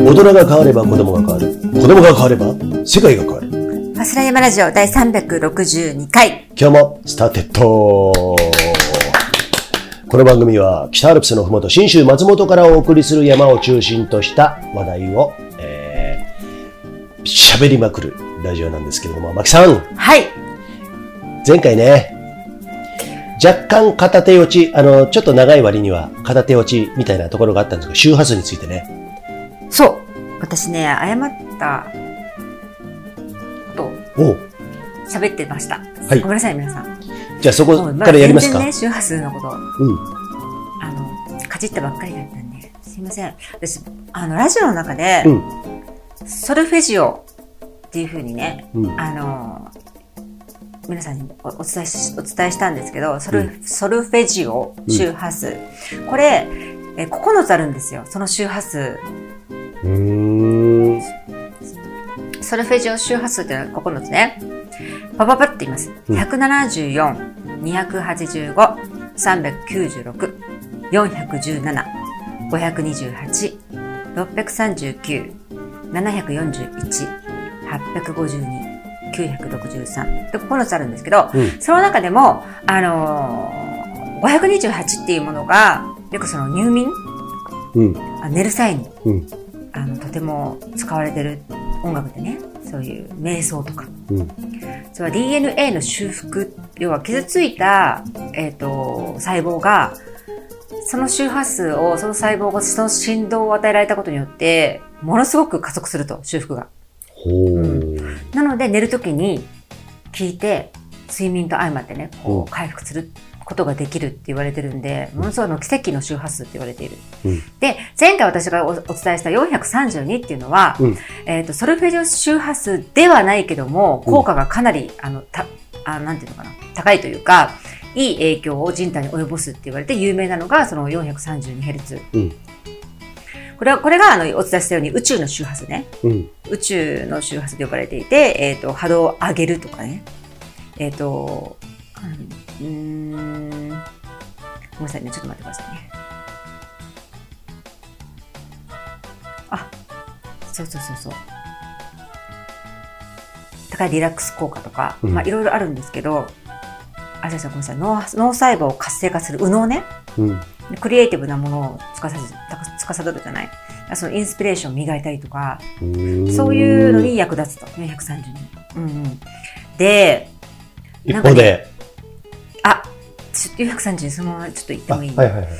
大人が変われば子供が変わる。子供が変われば世界が変わる。 ファスラヤマラジオ第362回。 今日もスターテッド。この番組は北アルプスのふもと信州松本からお送りする山を中心とした話題を喋りまくるラジオなんですけれども、マキさん。 はい。 前回ね、若干片手落ち、ちょっと長い割には片手落ちみたいなところがあったんですが、周波数についてね。 そう。私ね、誤ったことを喋ってました。はい。ごめんなさい、皆さん。 じゃあそこからやりますか。 全然ね、周波数のこと、かじったばっかりだったんで、すいません。私、ラジオの中で、ソルフェジオっていう風にね、皆さんにお伝えしたんですけど、ソルフェジオ周波数。これ、9つあるんですよ、その周波数。ソルフェジオ周波数っていうのは9つね。パパパって言います。174、285、396、417、528、639、741、852、963で9つあるんですけど、その中でも、528っていうものが、よくその入眠、寝る際に、とても使われてる音楽でね、そういう瞑想とか。それは DNA の修復、要は傷ついた、細胞が、その周波数を、その細胞がその振動を与えられたことによって、ものすごく加速すると、修復が。なので寝るときに聞いて睡眠と相まってね、こう回復することができるって言われてるんで、ものすごい奇跡の周波数って言われている。で、前回私がお伝えした432っていうのは、ソルフェジオ周波数ではないけども、効果がかなり、なんていうのかな、高いというか、いい影響を人体に及ぼすって言われて有名なのが、その 432Hz。これがお伝えしたように宇宙の周波数ね。宇宙の周波数と呼ばれていて、波動を上げるとかね。ごめんなさいね。ちょっと待ってくださいね。そう。高いリラックス効果とか、いろいろあるんですけど、ごめんなさい。脳細胞を活性化する右脳ね。クリエイティブなものを司るじゃない。そのインスピレーションを磨いたりとか、そういうのに役立つと。432。で、 一方で、 432そのままちょっと言ってもいい？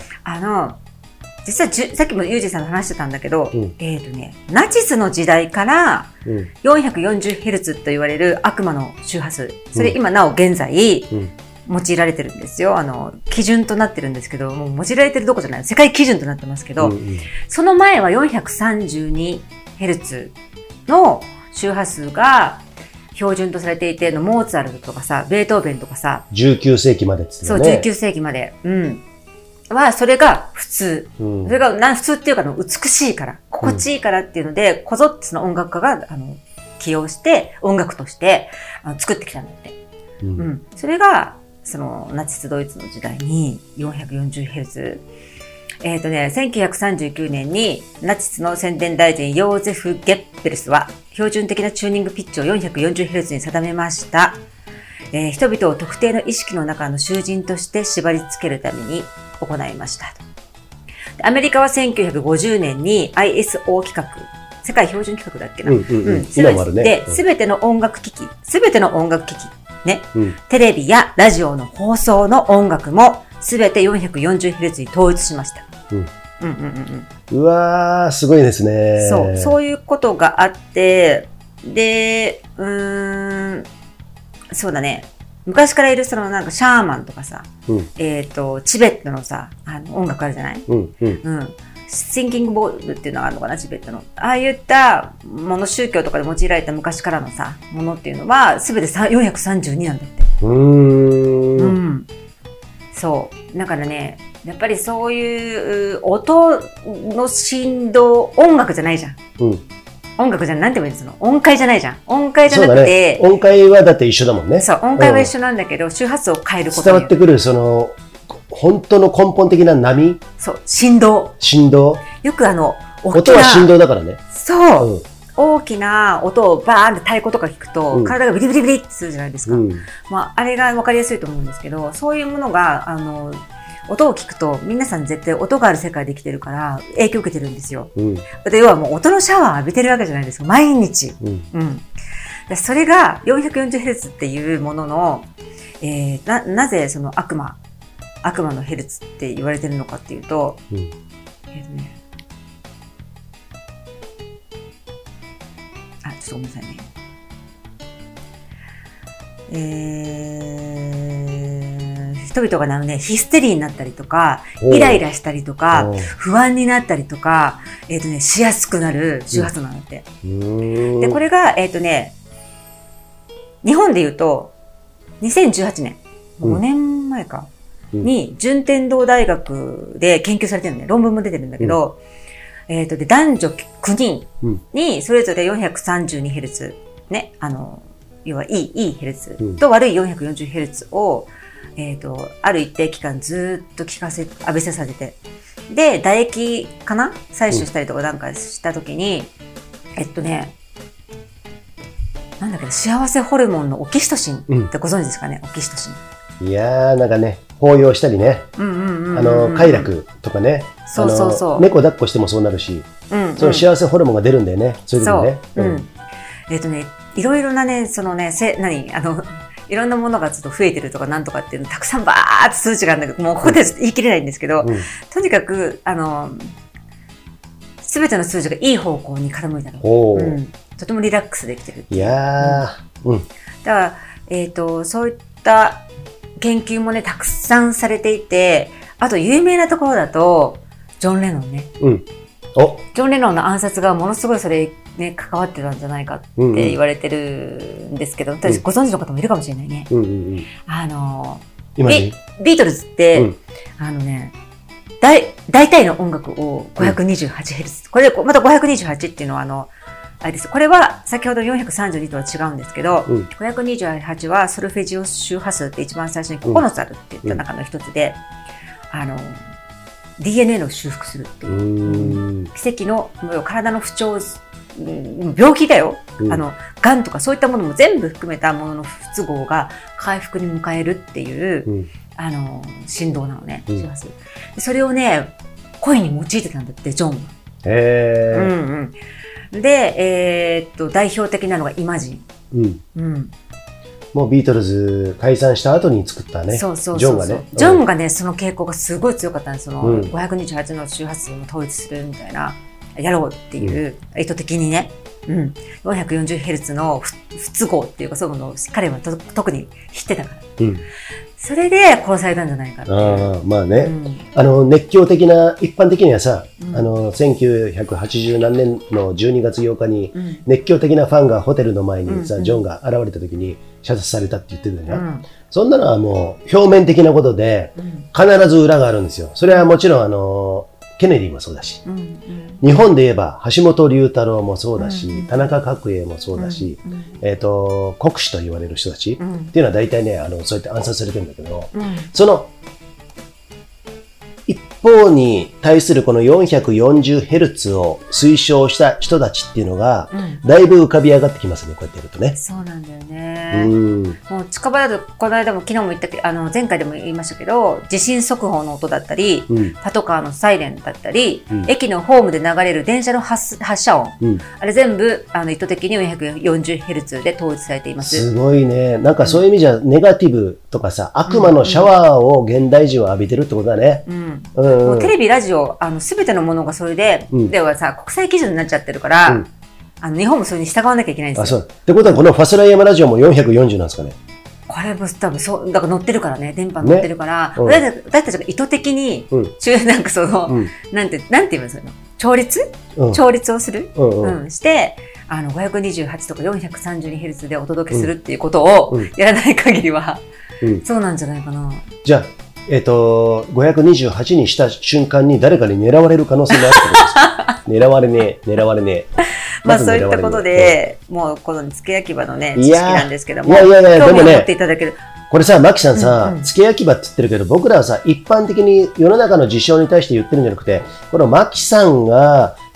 実はさっきもユージさんと話してたんだけど、ナチスの時代から 440Hz と言われる悪魔の周波数。それ今なお現在、用いられてるんですよ。基準となってるんですけど、もう用いられてるどこじゃない。世界基準となってますけど、その前は 432Hz の周波数が標準とされていて、モーツァルトとかさ、ベートーベンとかさ、 19世紀までって言ってね。そう、19世紀まで。それが普通。それが普通っていうか美しいから、心地いいからっていうので、こぞってその音楽家が、起用して、音楽として、作ってきたんだって。それが、その、ナチスドイツの時代に 440Hz。1939年にナチスの宣伝大臣ヨーゼフ・ゲッベルスは標準的なチューニングピッチを 440Hz に定めました。人々を特定の意識の中の囚人として縛り付けるために行いました。アメリカは1950年に ISO 規格、世界標準規格だっけな。 今もあるね。 で、すべての音楽機器、ね、テレビやラジオの放送の音楽もすべて 440Hz に統一しました。 うわー、すごいですね。 そういうことがあって、で、そうだね。昔からいるそのなんかシャーマンとかさ、チベットのさ、音楽あるじゃない？シンキングボールっていうのがあるのかな、チベットの。ああいったもの、宗教とかで用いられた昔からのさ、ものっていうのは、すべて432なんだって。そう。だからね、やっぱりそういう音の振動、音楽じゃないじゃん。音楽じゃなんて言うんですの？音階じゃないじゃん。音階じゃなくて、 音階はだって一緒だもんね。 そう、音階は一緒なんだけど、周波数を変えること伝わってくるその本当の根本的な波。 そう、振動。よく音は振動だからね。 そう。大きな音をバーンって太鼓とか聞くと、体がビリビリビリってするじゃないですか。まあ、あれが分かりやすいと思うんですけど、そういうものが、音を聞くと、皆さん絶対音がある世界で生きてるから、影響を受けてるんですよ。で、要はもう音のシャワー浴びてるわけじゃないですか。毎日。それが 440Hz っていうものの、なぜその悪魔のヘルツって言われてるのかっていうと、ちょっとごめんなさいね。人々がヒステリーになったりとか、イライラしたりとか、不安になったりとか、しやすくなる周波数なんだって。で、これが、日本で言うと、2018年、5年前か、に、順天堂大学で研究されてるのね。論文も出てるんだけど、で、男女9人に、それぞれ 432Hz、ね、要はいいヘルツと悪い 440Hz を、ある一定期間ずっと浴びせさせて、で、唾液かな採取したりとかなんかしたときに、なんだっけ、幸せホルモンのオキシトシンってご存知ですかね、オキシトシン。 いやー、なんかね、抱擁したりね、快楽とかね、猫抱っこしてもそうなるし、その幸せホルモンが出るんだよね、そういう時ね。いろいろなね、いろんなものがちょっと増えてるとかなんとかっていうのたくさんバーって数値があるんだけど、もうここで言い切れないんですけど、とにかく、すべての数字がいい方向に傾いたの。とてもリラックスできてるっていう。 いやー、 だから、そういった研究もね、たくさんされていて、あと有名なところだと、ジョン・レノンね。ジョン・レノンの暗殺がものすごいそれね、関わってたんじゃないかって言われてるんですけど、私ご存知の方もいるかもしれないね。ビートルズって、大体の音楽を 528Hz。これで、また528っていうのはあれです。これは先ほど432とは違うんですけど、528はソルフェジオ周波数って一番最初に9つあるって言った中の一つで、DNA を修復するっていう。奇跡の体の不調、病気だよ。癌とかそういったものも全部含めたものの不都合が回復に迎えるっていう、振動なのね、周波数。それをね、声に用いてたんだって、ジョンは。で、代表的なのがイマジン。 もうビートルズ解散した後に作ったね。ジョンがね。 ジョンがね、その傾向がすごい強かったんです。528の周波数も統一するみたいな、やろうっていう、意図的にね。440Hz の不都合っていうか、そういうのを彼は特に知ってたから。それで殺されたんじゃないかっていう。 まあね、熱狂的な、一般的にはさ、1980何年の12月8日に、熱狂的なファンがホテルの前にさ、ジョンが現れた時に射殺されたって言ってるんだよね。そんなのはもう表面的なことで、必ず裏があるんですよ。それはもちろんケネディもそうだし、日本で言えば橋本龍太郎もそうだし、田中角栄もそうだし、国士と言われる人たちっていうのは大体ね、そうやって暗殺されてるんだけど、その一方に対するこの 440Hz を推奨した人たちっていうのが、だいぶ浮かび上がってきますね、こうやってやるとね。 そうなんだよね。もう近場だと、この間も昨日も言ったけど、前回でも言いましたけど、地震速報の音だったり、パトカーのサイレンだったり、駅のホームで流れる電車の発車音、あれ全部意図的に 440Hz で統一されています。 すごいね。なんかそういう意味じゃ、ネガティブとかさ、悪魔のシャワーを現代人は浴びてるってことだね。 もうテレビ、ラジオ、すべてのものがそれで、ではさ、国際基準になっちゃってるから、日本もそれに従わなきゃいけないんですよ。 ってことは、このファスライヤマラジオも440なんですかね。 これも多分そう、だから乗ってるからね、電波乗ってるから、私たちが意図的に、なんかなんて言いますか、調律をするして、528とか 432Hz でお届けするっていうことをやらない限りは、そうなんじゃないかな。 じゃあ、528にした瞬間に誰かに狙われる可能性があるってことですか？狙われねえ。 まあそういったことで、もうこの付け焼き場のね、知識なんですけども、 興味を持っていただける。 これさ、マキさんさ、付け焼き場って言ってるけど、僕らはさ、一般的に世の中の事象に対して言ってるんじゃなくて、このマキさんが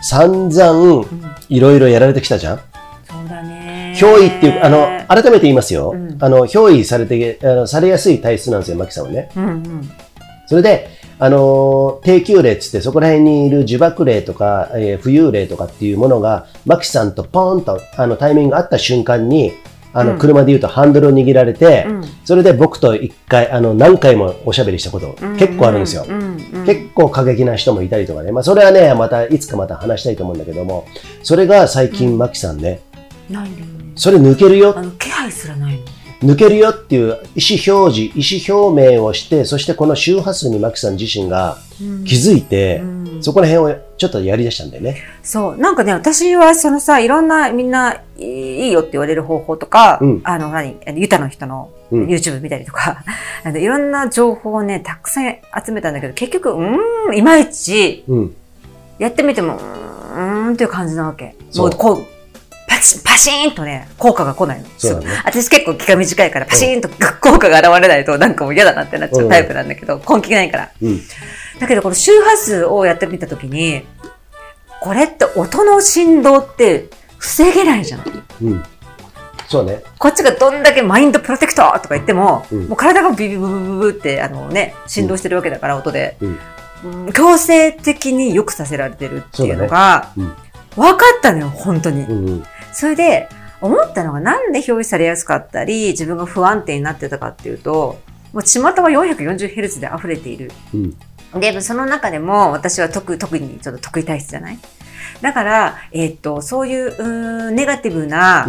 散々いろいろやられてきたじゃん。 そうだね。 憑依っていう、改めて言いますよ。憑依されて、されやすい体質なんですよ、マキさんはね。それで、低級霊っつって、そこら辺にいる呪縛霊とか、浮遊霊とかっていうものが、マキさんとポーンと、タイミングがあった瞬間に、車で言うとハンドルを握られて、それで僕と一回、何回もおしゃべりしたこと結構あるんですよ。結構過激な人もいたりとかね。まあ、それはね、いつかまた話したいと思うんだけども、それが最近、マキさんね、 ないんだよね。 それ抜けるよ。 気配すらないの。 抜けるよっていう意思表示、意思表明をして、そしてこの周波数にマキさん自身が気づいて、そこら辺をちょっとやり出したんだよね。 そう。なんかね、私はそのさ、いろんなみんないいよって言われる方法とか、ユタの人の YouTube 見たりとか、いろんな情報をね、たくさん集めたんだけど、結局、いまいち、やってみても、っていう感じなわけ。もうこう、パシーンとね、効果が来ないの。そうだね。私結構気が短いから、パシーンと効果が現れないとなんかもう嫌だなってなっちゃうタイプなんだけど、根気がないから。だけどこの周波数をやってみたときに、これって音の振動って防げないじゃん。 そうね。 こっちがどんだけマインドプロテクトとか言っても、もう体がビビブブブブって振動してるわけだから、音で。強制的に良くさせられてるっていうのが、分かったのよ、本当に。それで、思ったのがなんで表示されやすかったり、自分が不安定になってたかっていうと、もう巷は 440Hz で溢れている。で、その中でも私は特にちょっと得意体質じゃない？だから、そういうネガティブな、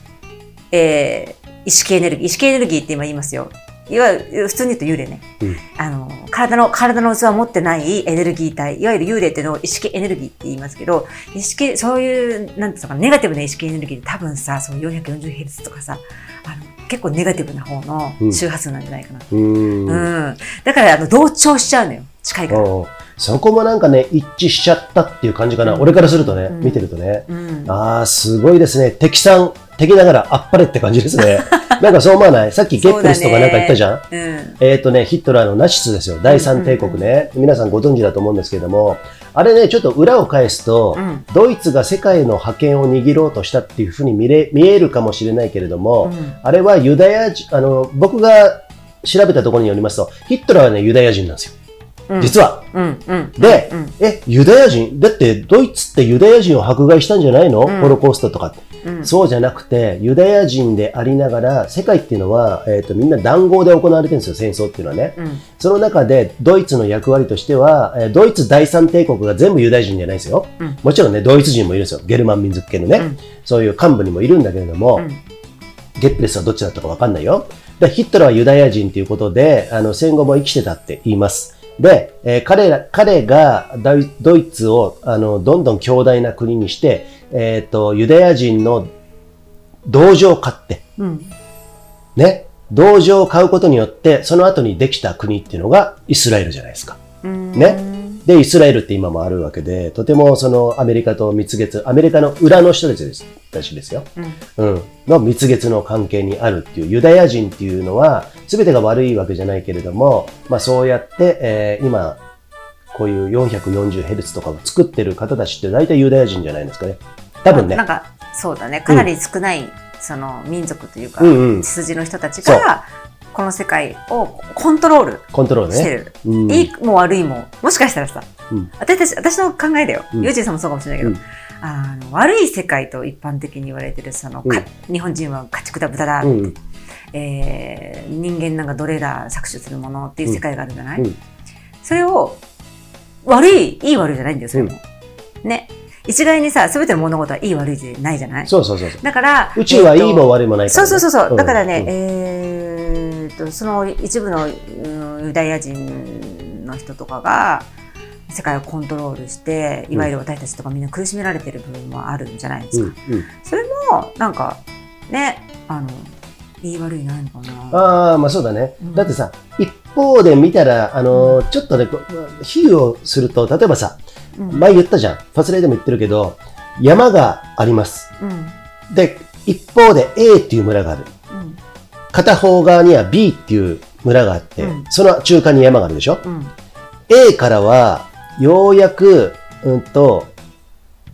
意識エネルギーって今言いますよ。いわゆる、普通に言うと幽霊ね。体の器を持ってないエネルギー体、いわゆる幽霊っていうのを意識エネルギーって言いますけど、そういう、なんていうのかな、ネガティブな意識エネルギーって多分さ、その 440Hz とかさ、結構ネガティブな方の周波数なんじゃないかな。だから、同調しちゃうのよ。近いから。 そこもなんかね、一致しちゃったっていう感じかな。俺からするとね、見てるとね。すごいですね。敵ながらあっぱれって感じですね。なんかそう思わない？さっきゲッペルスとかなんか言ったじゃん？ヒットラーのナチスですよ。第三帝国ね。皆さんご存知だと思うんですけれども、あれね、ちょっと裏を返すと、ドイツが世界の覇権を握ろうとしたっていうふうに見えるかもしれないけれども、あれはユダヤ人、僕が調べたところによりますと、ヒットラーはね、ユダヤ人なんですよ。実は。で、ユダヤ人だってドイツってユダヤ人を迫害したんじゃないの？ホロコーストとかって。そうじゃなくて、ユダヤ人でありながら、世界っていうのは、みんな談合で行われてるんですよ、戦争っていうのはね。その中で、ドイツの役割としては、ドイツ第三帝国が全部ユダヤ人じゃないですよ。もちろんね、ドイツ人もいるんですよ。ゲルマン民族系のね。そういう幹部にもいるんだけれども、ゲッペルスはどっちだったかわかんないよ。で、ヒットラーはユダヤ人ということで、戦後も生きてたって言います。で、彼がドイツをどんどん強大な国にして、ユダヤ人の同情を買って、ね、同情を買うことによって、その後にできた国っていうのがイスラエルじゃないですか。ね。で、イスラエルって今もあるわけで、とてもそのアメリカと蜜月、アメリカの裏の人たちですよ。の蜜月の関係にあるっていう、ユダヤ人っていうのは、全てが悪いわけじゃないけれども、まあそうやって、今、こういう 440Hz とかを作ってる方たちって大体ユダヤ人じゃないですかね。多分ね。 なんか、そうだね。かなり少ない、その民族というか、血筋の人たちが、この世界をコントロールしてる。いいも悪いも、もしかしたらさ、私の考えだよ。ユージさんもそうかもしれないけど、悪い世界と一般的に言われてる、その、日本人は家畜だ、豚だって、人間なんか奴隷だ、搾取するものっていう世界があるじゃない？それを、いい悪いじゃないんだよ、それも。ね。一概にさ、すべての物事はいい悪いじゃないじゃない？ そう。 だから、 宇宙はいいも悪いもないからね。 そう。だからね、その一部のユダヤ人の人とかが世界をコントロールして、いわゆる私たちとかみんな苦しめられてる部分もあるんじゃないですか。それも、なんか、ね、いい悪いないのかな。 まあそうだね。だってさ、一方で見たら、ちょっとね、比喩をすると、例えばさ、前言ったじゃん。ファスレイでも言ってるけど、山があります。で、一方で A っていう村がある。片方側には B っていう村があって、その中間に山があるでしょ？A からは、ようやく、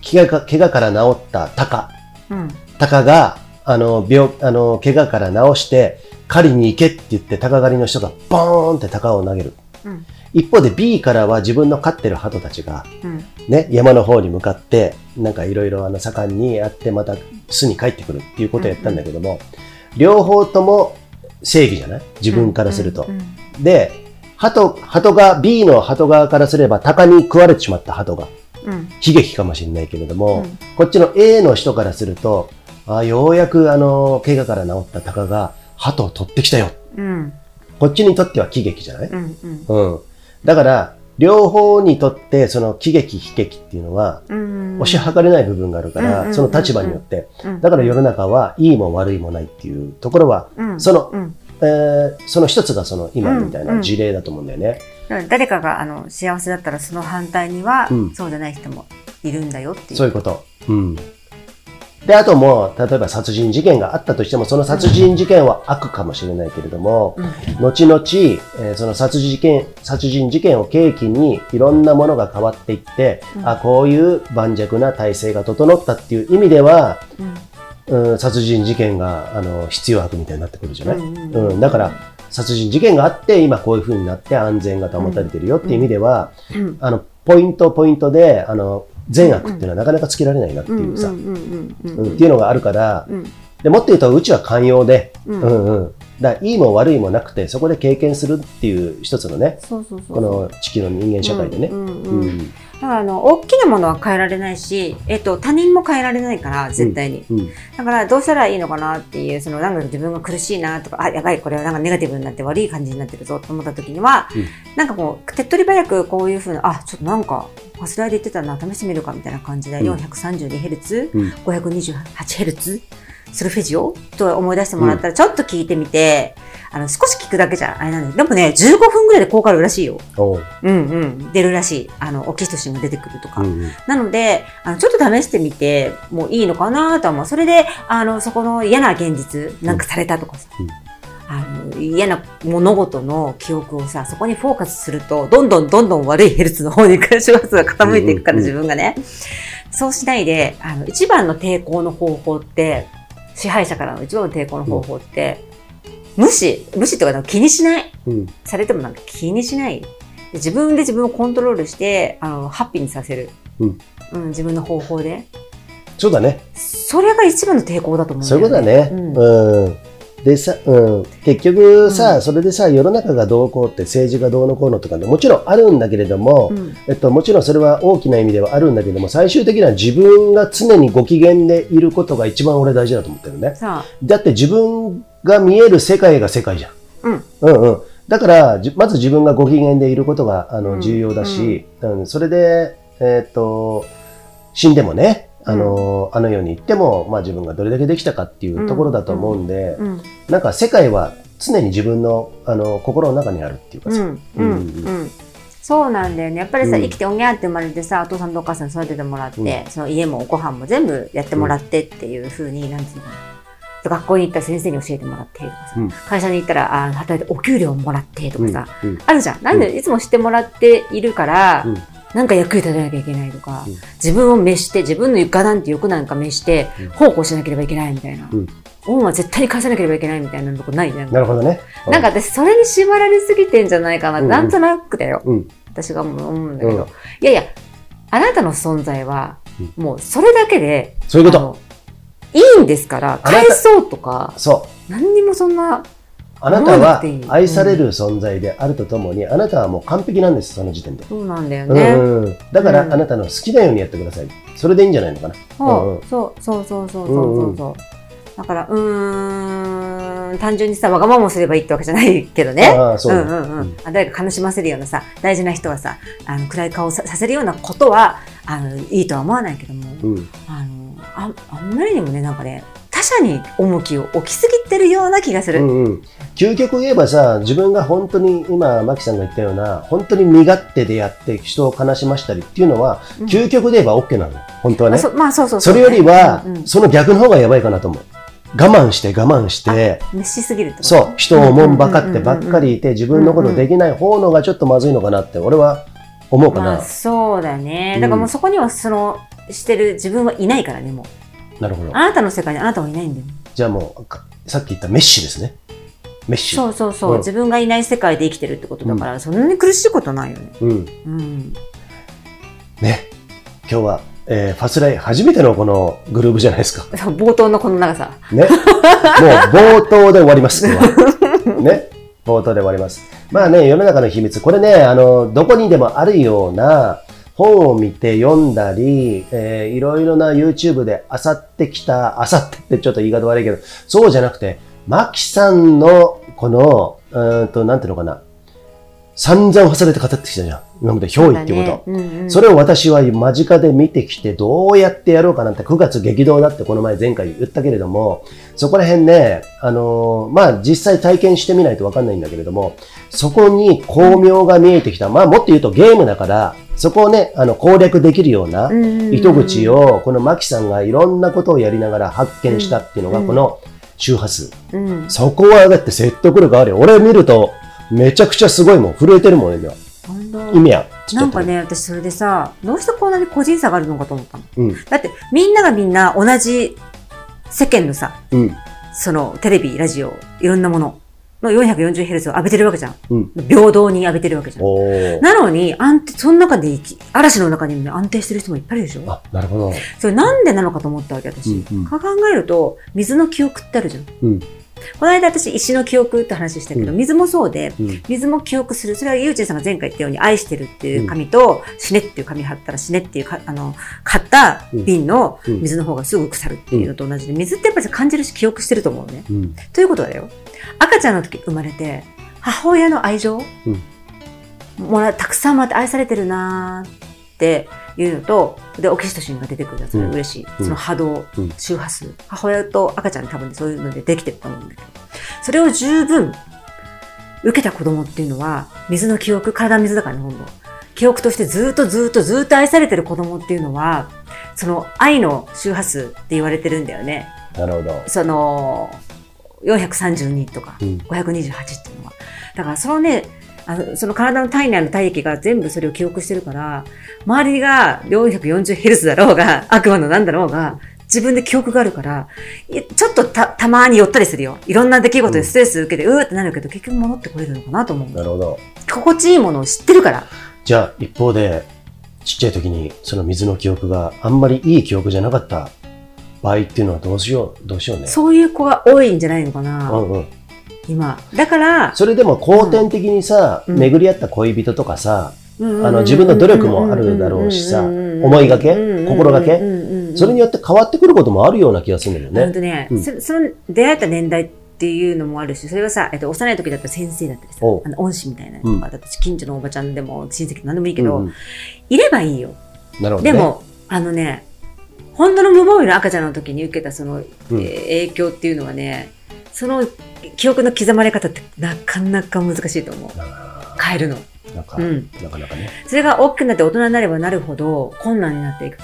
怪我から治った鷹が、怪我から治して、狩りに行けって言って、鷹狩りの人がボーンって鷹を投げる。一方で B からは自分の飼ってる鳩たちが、ね、山の方に向かって、なんかいろいろ盛んにやって、また巣に帰ってくるっていうことをやったんだけども、両方とも正義じゃない？自分からすると。で、鳩が、B の鳩側からすれば、鷹に食われてしまった鳩が、悲劇かもしれないけれども、こっちの A の人からすると、ようやく怪我から治った鷹が鳩を取ってきたよ。こっちにとっては喜劇じゃない？だから、両方にとってその喜劇悲劇っていうのは推し量れない部分があるから、その立場によって。だから世の中はいいも悪いもないっていうところは、その一つがその今みたいな事例だと思うんだよね。 誰かが幸せだったらその反対にはそうじゃない人もいるんだよっていう。 そういうこと。で、あとも、例えば殺人事件があったとしても、その殺人事件は悪かもしれないけれども、後々、その殺人事件を契機にいろんなものが変わっていって、こういう盤石な体制が整ったっていう意味では、殺人事件が必要悪みたいになってくるじゃない？だから、殺人事件があって、今こういう風になって安全が保たれてるよっていう意味では、ポイントで、善悪っていうのはなかなかつけられないなっていうさ、っていうのがあるから、でもっと言うとうちは寛容で、だからいいも悪いもなくて、そこで経験するっていう一つのね、この地球の人間社会でね。 だから大きなものは変えられないし、他人も変えられないから、絶対に。だからどうしたらいいのかなっていう、なんか自分が苦しいなとか、やばい、これはなんかネガティブになって悪い感じになってるぞと思った時には、なんかこう、手っ取り早くこういうふうな、ちょっとなんか、スライド言ってたな、試してみるかみたいな感じで、432Hz、528Hz、ソルフェジオと思い出してもらったら、ちょっと聞いてみて、少し聞くだけじゃあれなんです。でもね、15分ぐらいで効果あるらしいよ。出るらしい。オキシトシンが出てくるとか。なので、ちょっと試してみてもいいのかなと思う。それで、そこの嫌な現実、なんかされたとかさ、嫌な物事の記憶をさ、そこにフォーカスすると、どんどん悪いヘルツの方に周波数が傾いていくから、自分がね。そうしないで、一番の抵抗の方法って、支配者からの一番の抵抗の方法って、無視とか気にしない。されてもなんか気にしない。自分で自分をコントロールして、ハッピーにさせる。自分の方法で。 そうだね。 それが一番の抵抗だと思うんだよね。 そういうことだね。でさ、結局さ、それでさ、世の中がどうこうって政治がどうのこうのとかね、もちろんあるんだけれども、もちろんそれは大きな意味ではあるんだけども、最終的には自分が常にご機嫌でいることが一番俺大事だと思ってるね。だって自分が見える世界が世界じゃん。だから、まず自分がご機嫌でいることが重要だし、それで、死んでもね、あの世に行っても、自分がどれだけできたかっていうところだと思うんで、なんか世界は常に自分の、心の中にあるっていうかさ。 そうなんだよね。やっぱりさ、生きておぎゃーって生まれてさ、お父さんとお母さんに育ててもらって、その家もご飯も全部やってもらってっていう風に、なんていうの。学校に行ったら先生に教えてもらってとかさ、会社に行ったら働いてお給料もらってとかさ、あるじゃん。なんでいつもしてもらっているから、なんか役に立てなきゃいけないとか、自分を召して、自分の床なんて欲なんか召して、奉公しなければいけないみたいな。恩は絶対に返さなければいけないみたいなとこないね。 なるほどね。 なんか私それに縛られすぎてんじゃないかな。なんとなくだよ。私が思うんだけど。いやいや、あなたの存在は、もうそれだけで、 そういうこと。 いいんですから、返そうとか、何にもそんな、 あなたは愛される存在であるとともに、あなたはもう完璧なんです、その時点で。 そうなんだよね。 だから、あなたの好きなようにやってください。それでいいんじゃないのかな。 そう。だから、単純にさ、わがままをすればいいってわけじゃないけどね。誰か悲しませるようなさ、大事な人はさ、暗い顔をさせるようなことは、いいとは思わないけども、あんまりにもね、なんかね、他者に重きを置きすぎてるような気がする。 究極言えばさ、自分が本当に今、マキさんが言ったような、本当に身勝手でやって人を悲しましたりっていうのは、究極で言えば OK なの。本当はね。それよりは、その逆の方がやばいかなと思う。我慢して。 熱しすぎるってこと？ そう。人をおもんばかってばっかりいて、自分のことできない方のがちょっとまずいのかなって、俺は思うかな。 そうだね。だからもうそこにはしてる自分はいないからね、もう。 なるほど。 あなたの世界にあなたはいないんだよ。 じゃあもう、さっき言ったメッシですね。メッシ。 そうそうそう。自分がいない世界で生きてるってことだから、そんなに苦しいことないよね。 ね。今日は、ファスライ初めてのこのグループじゃないですか。 冒頭のこの長さ。 ね。もう冒頭で終わります、今日は。ね。冒頭で終わります。まあね、世の中の秘密。これね、どこにでもあるような本を見て読んだり、いろいろな YouTube で漁ってきた、漁ってってちょっと言い方悪いけど、そうじゃなくて、マキさんのこの、なんていうのかな。散々されて語ってきたじゃん。今まで憑依っていうこと。それを私は間近で見てきて、どうやってやろうかなんて9月激動だってこの前前回言ったけれども、そこら辺ね、まあ実際体験してみないとわかんないんだけれども、そこに巧妙が見えてきた。まあもっと言うとゲームだから、そこをね、攻略できるような糸口を、このマキさんがいろんなことをやりながら発見したっていうのが、この周波数。そこはだって説得力あるよ。俺見ると、めちゃくちゃすごいもん。震えてるもん、今。意味や。 なんかね、私それでさ、どうしてこんなに個人差があるのかと思ったの。だって、みんながみんな同じ世間のさ、そのテレビ、ラジオ、いろんなものの 440Hz を浴びてるわけじゃん。平等に浴びてるわけじゃん。なのに、その中で嵐の中に、ね、安定してる人もいっぱいいるでしょ。 あ、なるほど。 それなんでなのかと思ったわけ、私。考えると、水の記憶ってあるじゃん。この間私石の記憶って話したけど、水もそうで、水も記憶する。それはゆうちんさんが前回言ったように愛してるっていう紙と、死ねっていう紙貼ったら死ねっていう買った瓶の水の方がすぐ腐るっていうのと同じで、水ってやっぱり感じるし記憶してると思うね。ということだよ。赤ちゃんの時生まれて、母親の愛情、たくさんもらって愛されてるなーっていうのと、で、オキシトシンが出てくるやつが嬉しい。その波動、周波数。母親と赤ちゃん多分そういうのでできてると思うんだけど。それを十分受けた子供っていうのは、水の記憶、体は水だからね、ほんと。記憶としてずっと愛されてる子供っていうのは、その愛の周波数って言われてるんだよね。 なるほど。 その、432とか、528っていうのは。だからそのね、その体の体内の体液が全部それを記憶してるから、周りが 440Hz だろうが、悪魔のなんだろうが、自分で記憶があるから、ちょっとたまに寄ったりするよ。いろんな出来事でストレス受けて、うーってなるけど、結局戻ってこれるのかなと思う。 なるほど。 心地いいものを知ってるから。 じゃあ、一方で、ちっちゃい時にその水の記憶があんまりいい記憶じゃなかった場合っていうのはどうしようね。 そういう子が多いんじゃないのかな。今。だから、 それでも後天的にさ、巡り合った恋人とかさ、自分の努力もあるだろうしさ、思いがけ、心がけ、それによって変わってくることもあるような気がするんだよね。 その出会えた年代っていうのもあるし、それはさ、幼い時だったら先生だったりさ、恩師みたいなとか、だって近所のおばちゃんでも親戚なんでもいいけど、いればいいよ。 なるほど。 でも、本当の無防備の赤ちゃんの時に受けたその影響っていうのはね、その記憶の刻まれ方ってなかなか難しいと思う。変えるの。なかなかね。それが大きくなって大人になればなるほど困難になっていくから、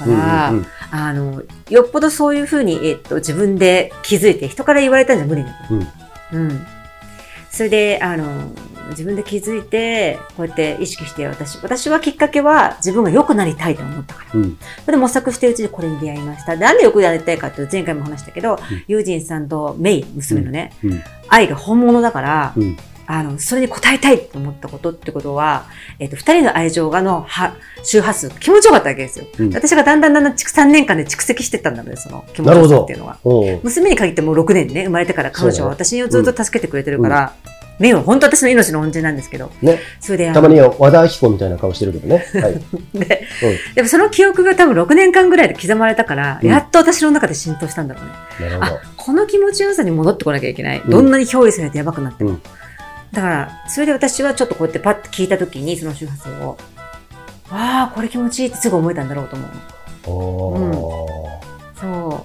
よっぽどそういうふうに、自分で気づいて、人から言われたんじゃ無理なの。それで、自分で気づいて、こうやって意識して私はきっかけは自分が良くなりたいと思ったから。それで模索してるうちにこれに出会いました。なんで良くなりたいかっていうと前回も話したけど、ユージンさんとメイ、娘のね、愛が本物だから、それに応えたいと思ったことってことは、二人の愛情周波数、気持ちよかったわけですよ。私がだんだん3年間で蓄積してったんだね、その気持ちよさっていうのは。娘に限ってもう6年ね、生まれてから彼女は私をずっと助けてくれてるから、メイは本当私の命の恩人なんですけど。ね。それでたまには和田アキ子みたいな顔してるけどね。はい。 でもその記憶が多分6年間ぐらいで刻まれたから、やっと私の中で浸透したんだろうね。なるほど。この気持ちよさに戻ってこなきゃいけない。どんなに憑依されてやばくなっても。だから、それで私はちょっとこうやってパッと聞いたときに、その周波数を、これ気持ちいいってすぐ思えたんだろうと思う。そう。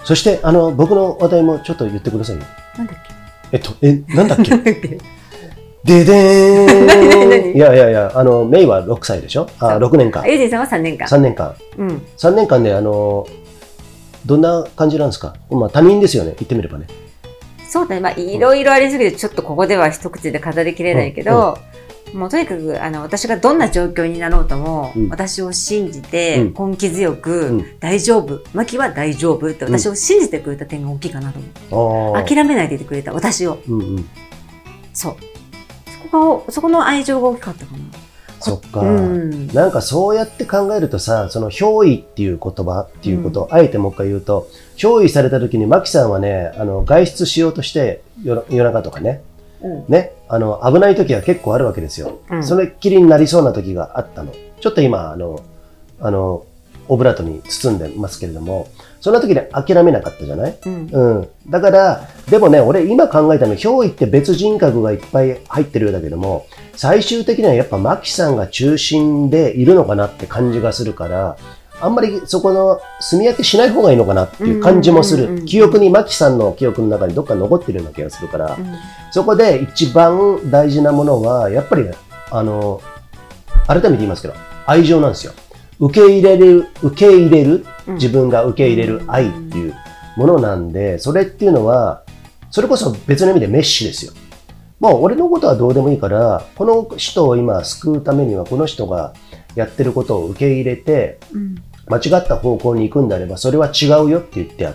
そして、僕の話題もちょっと言ってくださいよ。 なんだっけなんだっけででーんいや、メイは6歳でしょ6年間。 ユージンさんは3年間。 3年間。3年間で、どんな感じなんですか他人ですよね、言ってみればね。 そうだね。いろいろありすぎて、ちょっとここでは一口で語りきれないけど、 もうとにかく私がどんな状況になろうとも、私を信じて、根気強く、大丈夫、マキは大丈夫って私を信じてくれた点が大きいかなと思う。諦めないでいてくれた私を。そう。そこの愛情が大きかったかな。 そっか、なんかそうやって考えるとさ、その憑依っていう言葉っていうことをあえてもう一回言うと、憑依された時にマキさんはね、外出しようとして夜中とかね、ね、危ない時は結構あるわけですよ。それっきりになりそうな時があったの。ちょっと今、オブラートに包んでますけれども、そんな時に諦めなかったじゃない？だから、でもね、俺今考えたの、憑依って別人格がいっぱい入ってるようだけども、最終的にはやっぱマキさんが中心でいるのかなって感じがするから、あんまりそこの住み分けしない方がいいのかなっていう感じもする。記憶に、マキさんの記憶の中にどっか残ってるような気がするから、そこで一番大事なものは、やっぱり、改めて言いますけど、愛情なんですよ。受け入れる、自分が受け入れる愛っていうものなんで、それっていうのは、それこそ別の意味でメッシですよ。もう俺のことはどうでもいいから、この人を今救うためには、この人がやってることを受け入れて、間違った方向に行くんであれば、それは違うよって言ってやって、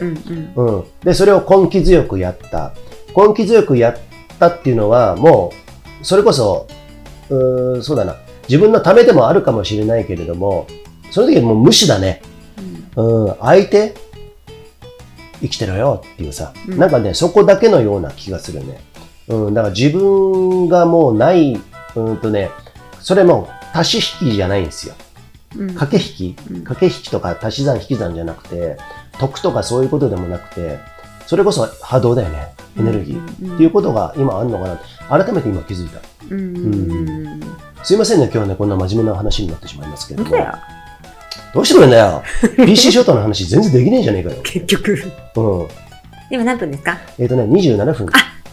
で、それを根気強くやった。根気強くやったっていうのは、もう、それこそ、そうだな。自分のためでもあるかもしれないけれども、その時はもう無視だね。相手、生きてろよっていうさ、なんかね、そこだけのような気がするね。だから自分がもうない、それも足し引きじゃないんですよ。駆け引きとか足し算引き算じゃなくて、得とかそういうことでもなくて、それこそ波動だよね。エネルギー。っていうことが今あるのかな。改めて今気づいた。すいませんね、今日はね、こんな真面目な話になってしまいますけども。どうしてくれんだよ。PC ショートの話全然できねえじゃねえかよ。 結局。今何分ですか ？27分。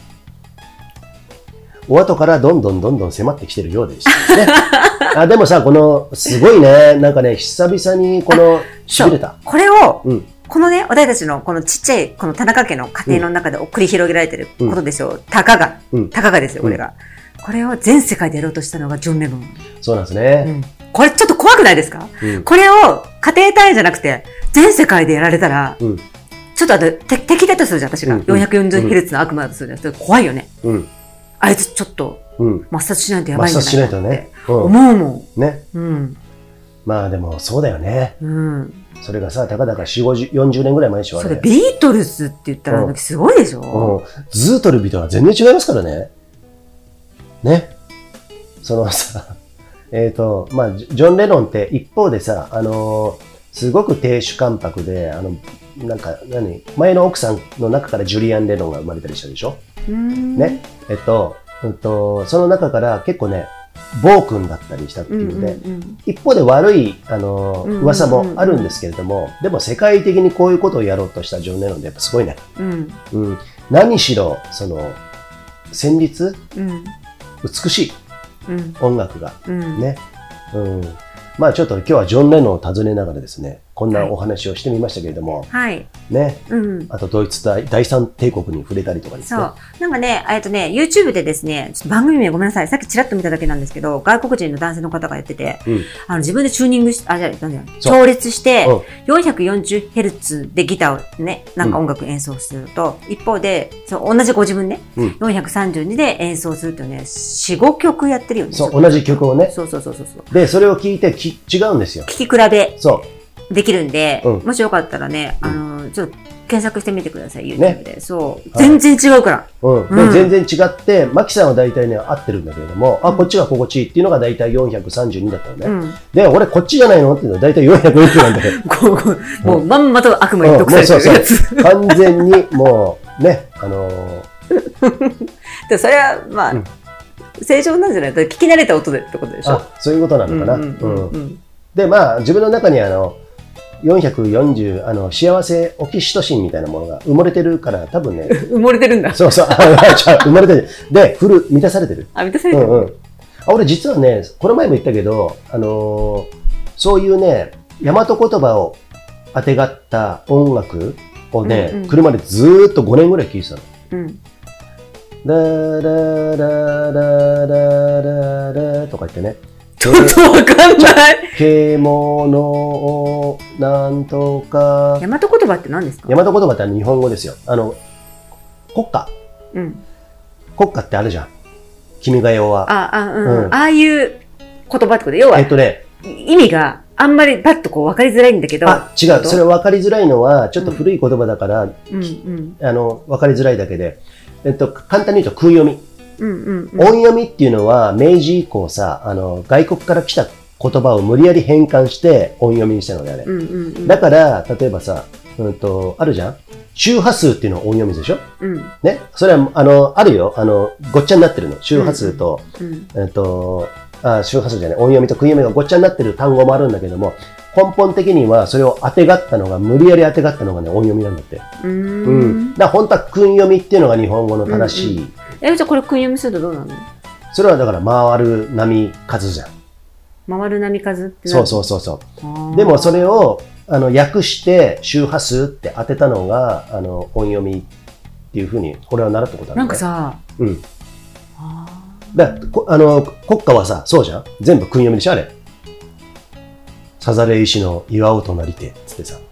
お後からどんどん迫ってきてるようでしたね。でもさ、すごいね、なんかね、久々に痺れた。 これを、このね、私たちのこのちっちゃい、この田中家の家庭の中で繰り広げられてることですよ。たかがですよ、これが。これを全世界でやろうとしたのがジョン・レノン。 そうなんですね。 これちょっと怖くないですか？これを家庭単位じゃなくて、全世界でやられたら、ちょっと敵だとするじゃん、私が。440Hz の悪魔だとするじゃん。怖いよね。あいつちょっと、抹殺しないとやばいんじゃないかって思うもん。 ね。まあでもそうだよね。それがさ、たかだか40年ぐらい前でしょ、あれ。 それビートルズって言ったらすごいでしょ。 ズートルビとは全然違いますからね。ね。そのさ、まあ、ジョン・レノンって一方でさ、すごく亭主関白で、なんか、前の奥さんの中からジュリアン・レノンが生まれたりしたでしょ。ね。その中から結構ね、暴君だったりしたっていうので、一方で悪い、噂もあるんですけれども、でも世界的にこういうことをやろうとしたジョン・レノンってやっぱすごいね。何しろ、旋律、美しい音楽が、ね。まあちょっと今日はジョン・レノンを訪ねながらですね、こんなお話をしてみましたけれども、ね。あとドイツ第三帝国に触れたりとかですね。 そう。なんかね、YouTube でですね、ちょっと番組名ごめんなさい。さっきちらっと見ただけなんですけど、外国人の男性の方がやってて、自分でチューニングして、調律して、440Hz でギターをね、なんか音楽演奏すると、一方で、同じご自分ね、432で演奏するとね、4、5曲やってるよね。 そう、同じ曲をね。 そう。 で、それを聞いて違うんですよ。 聞き比べ。できるんで、もしよかったらね、ちょっと検索してみてください、YouTube で。そう。全然違うから。 全然違って、マキさんは大体ね、合ってるんだけれども、こっちが心地いいっていうのが大体432だったのね。で、俺こっちじゃないのっていうのは大体440なんだけど。 もうまんまと悪魔に毒されてるやつ。 完全にもう、ね、 でそれは、まあ、正常なんじゃない？聞き慣れた音でってことでしょ？ そういうことなのかな。で、まあ、自分の中に440、幸せオキシトシンみたいなものが埋もれてるから、多分ね。 埋もれてるんだ。 そう。埋もれてる。で、満たされてる。 満たされてる。 俺実はね、この前も言ったけど、そういうね、大和言葉をあてがった音楽をね、車でずーっと5年ぐらい聴いてたの。 ララララララとか言ってね。 ちょっとわかんない。 獣をなんとか。 大和言葉って何ですか？ 大和言葉って日本語ですよ。国歌。うん。国歌ってあるじゃん。君が代は。 ああいう言葉ってことで、要は、意味があんまりパッとこう分かりづらいんだけど。 違う。それ分かりづらいのは、ちょっと古い言葉だから、分かりづらいだけで、簡単に言うと訓読み。音読みっていうのは、明治以降さ、外国から来た言葉を無理やり変換して音読みにしたのであれ。だから、例えばさ、あるじゃん？周波数っていうのは音読みでしょ？ね。それは、あるよ。ごっちゃになってるの。周波数と、周波数じゃない。音読みと訓読みがごっちゃになってる単語もあるんだけども、根本的にはそれを当てがったのが、無理やり当てがったのがね、音読みなんだって。だから本当は訓読みっていうのが日本語の正しい。 じゃあこれ訓読みするとどうなの？ それはだから回る波数じゃん。 回る波数ってそう。でもそれを、訳して周波数って当てたのが、音読みっていうふうに、これは習ったことある、ね。 なんかさ、 だ国歌はさ、そうじゃん？全部訓読みでしょ、あれ。さざれ石の祝うとなりて、つってさ。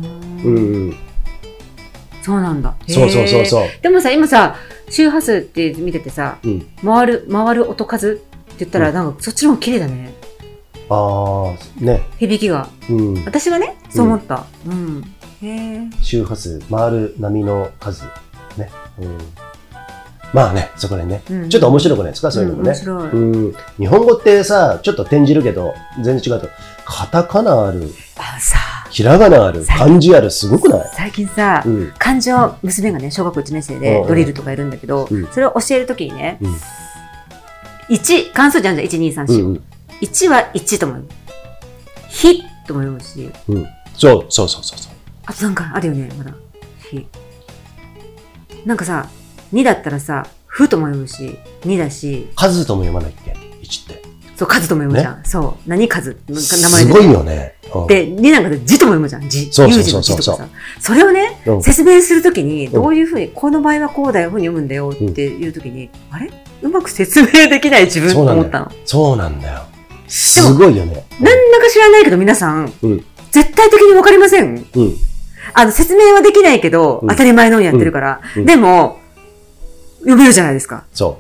そうなんだ。 そう。 でもさ、今さ、周波数って見ててさ、回る音数って言ったら、なんかそっちの方が綺麗だね。 ね。 響きが。私はね、そう思った。 周波数、回る波の数。ね。まあね、そこでね。ちょっと面白くないですか、そういうのもね。面白い。日本語ってさ、ちょっと転じるけど、全然違うと。カタカナある。ひらがなある。漢字ある。すごくない？ 最近さ、漢字を娘がね、小学校1年生でドリルとかいるんだけど、それを教えるときにね、1、関数じゃんじゃん、1、2、3、4。1は1とも読む。ひとも読むし。 そう。 あとなんかあるよね、まだ。ひ。なんかさ、2だったらさ、ふとも読むし、2だし。 数とも読まないっけ ?1 って。 そう、数とも読むじゃん。そう。何数名前すごいよね。 で、2なんかで字とも読むじゃん。字。 そう。 それをね、説明するときに、どういうふうに、この場合はこうだよ、ふうに読むんだよっていうときに、あれうまく説明できない自分と思ったの。 そうなんだよ。すごいよね。 なんだか知らないけど皆さん、絶対的にわかりません？説明はできないけど、当たり前のようにやってるから。でも、読めるじゃないですか。 そう。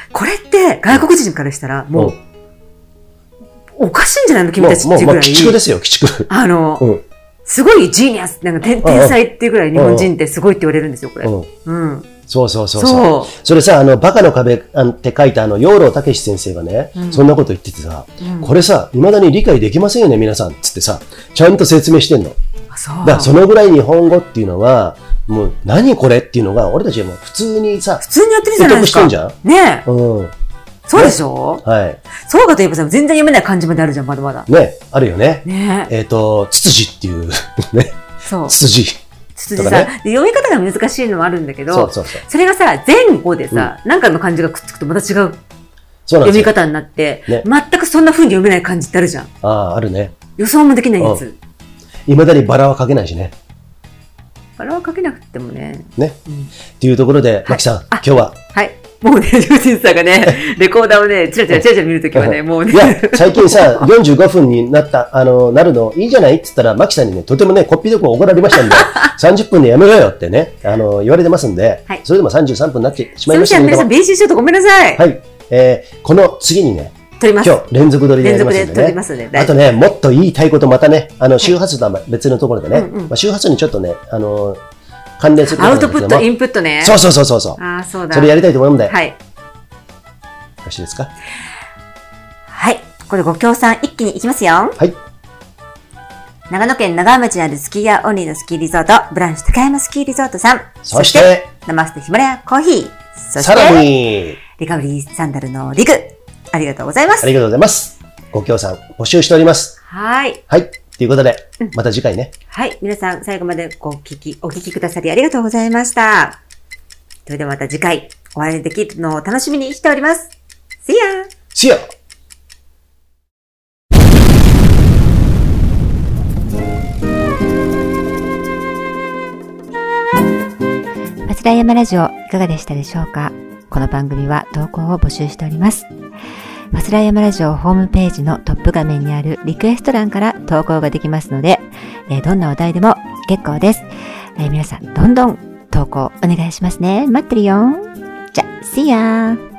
これって外国人からしたら、もう、おかしいんじゃないの君たちっていうぐらい。 鬼畜ですよ、鬼畜。 すごいジーニアス、なんか天才っていうぐらい日本人ってすごいって言われるんですよ、これ。そう。それさ、バカの壁って書いた養老孟司先生がね、そんなこと言っててさ、これさ、未だに理解できませんよね、皆さん。つってさ、ちゃんと説明してんの。だからそのぐらい日本語っていうのは、もう、何これっていうのが、俺たちはもう普通にさ、 普通にやってるじゃないですか。 得してんじゃん？ ねえ。そうでしょ？ はい。 そうかといえばさ、全然読めない漢字まであるじゃん、まだまだ。 ね、あるよね。 ねつつじっていう、ね。 そう。 つつじ。 つつじさ、読み方が難しいのもあるんだけど、それがさ、前後でさ、なんかの漢字がくっつくとまた違う読み方になって、全くそんな風に読めない漢字ってあるじゃん。 あるね。 予想もできないやつ。 未だにバラは書けないしね。 バラは書けなくてもね。 ね。っていうところで、マキさん、今日は。 はい。もうね、ジューシンさんがね、レコーダーをね、チラチラ見るときはね、もうね。 いや、最近さ、45分になるのいいじゃないって言ったら、マキさんにね、とてもね、こっぴどく怒られましたんで、30分でやめろよってね、言われてますんで、それでも33分になってしまいましたけど。 皆さん、練習しようとごめんなさい。 はい。この次にね、今日連続撮りでやりますんでね。あとね、もっと言いたいことまたね、周波数とは別のところでね、周波数にちょっとね、関連するアウトプット、インプットね。 そう。 ああ、そうだ。 それやりたいと思うんで。 はい。 よろしいですか？ はい。これご協賛一気にいきますよ。 はい。 長野県長浜町にあるスキーヤーオンリーのスキーリゾート、ブランシュ高山スキーリゾートさん。 そして、 ナマステヒマラヤコーヒー。そして、 さらに、 リカバリーサンダルのリグ。ありがとうございます。 ありがとうございます。ご協賛募集しております。 はい。 はい。ということで、また次回ね。 はい。皆さん最後までお聞きくださりありがとうございました。それではまた次回お会いできるのを楽しみにしております。See ya! See ya! 松田山ラジオいかがでしたでしょうか？ この番組は投稿を募集しております。ファスライヤマラジオホームページのトップ画面にあるリクエスト欄から投稿ができますので、どんなお題でも結構です。皆さんどんどん投稿お願いしますね。待ってるよ。じゃ、See ya!